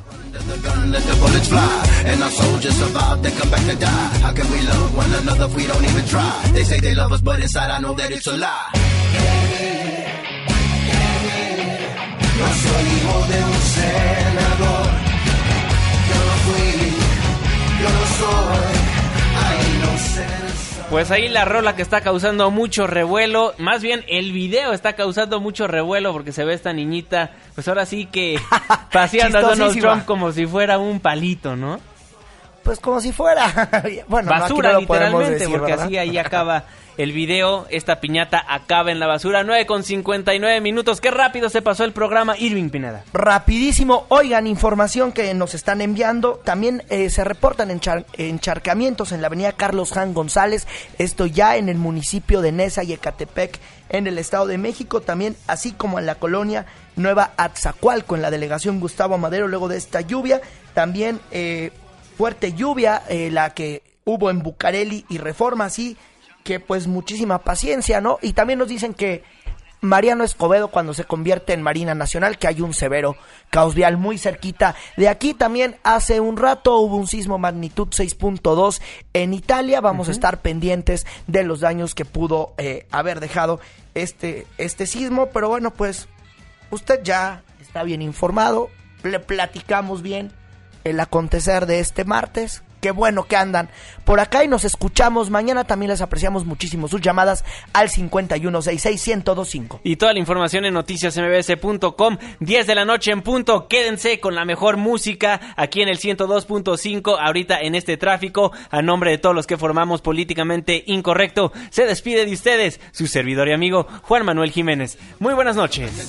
No soy hijo de un senador, yo no fui, yo no soy, ay, no sé. Pues ahí la rola que está causando mucho revuelo, más bien el video está causando mucho revuelo porque se ve esta niñita, pues ahora sí que paseando a Donald Trump como si fuera un palito, ¿no? Pues como si fuera, bueno, basura, no, literalmente, decir, porque ¿verdad? así ahí acaba el video, esta piñata acaba en la basura. Nueve con cincuenta y nueve minutos, qué rápido se pasó el programa, Irving Pineda. Rapidísimo. Oigan, información que nos están enviando, también eh, se reportan enchar- encharcamientos en la avenida Carlos Jan González, esto ya en el municipio de Neza y Ecatepec, en el Estado de México, también así como en la colonia Nueva Atzacualco, en la delegación Gustavo Madero, luego de esta lluvia, también eh, fuerte lluvia, eh, la que hubo en Bucareli y Reforma, sí, que pues muchísima paciencia, ¿no? Y también nos dicen que Mariano Escobedo, cuando se convierte en Marina Nacional, que hay un severo caos vial muy cerquita de aquí. También hace un rato hubo un sismo magnitud seis punto dos en Italia. Vamos uh-huh. a estar pendientes de los daños que pudo eh, haber dejado este, este sismo. Pero bueno, pues usted ya está bien informado. Le platicamos bien el acontecer de este martes. Qué bueno que andan por acá y nos escuchamos mañana. También les apreciamos muchísimo sus llamadas al cincuenta y uno sesenta y seis, ciento veinticinco. Y toda la información en noticias m b s punto com, diez de la noche en punto. Quédense con la mejor música aquí en el ciento dos punto cinco. Ahorita en este tráfico, a nombre de todos los que formamos Políticamente Incorrecto, se despide de ustedes su servidor y amigo Juan Manuel Jiménez. Muy buenas noches.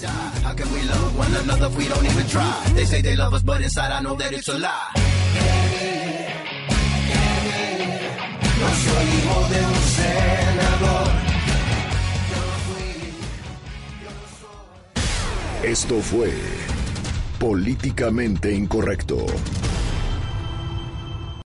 No soy hijo de un senador. Esto fue Políticamente Incorrecto.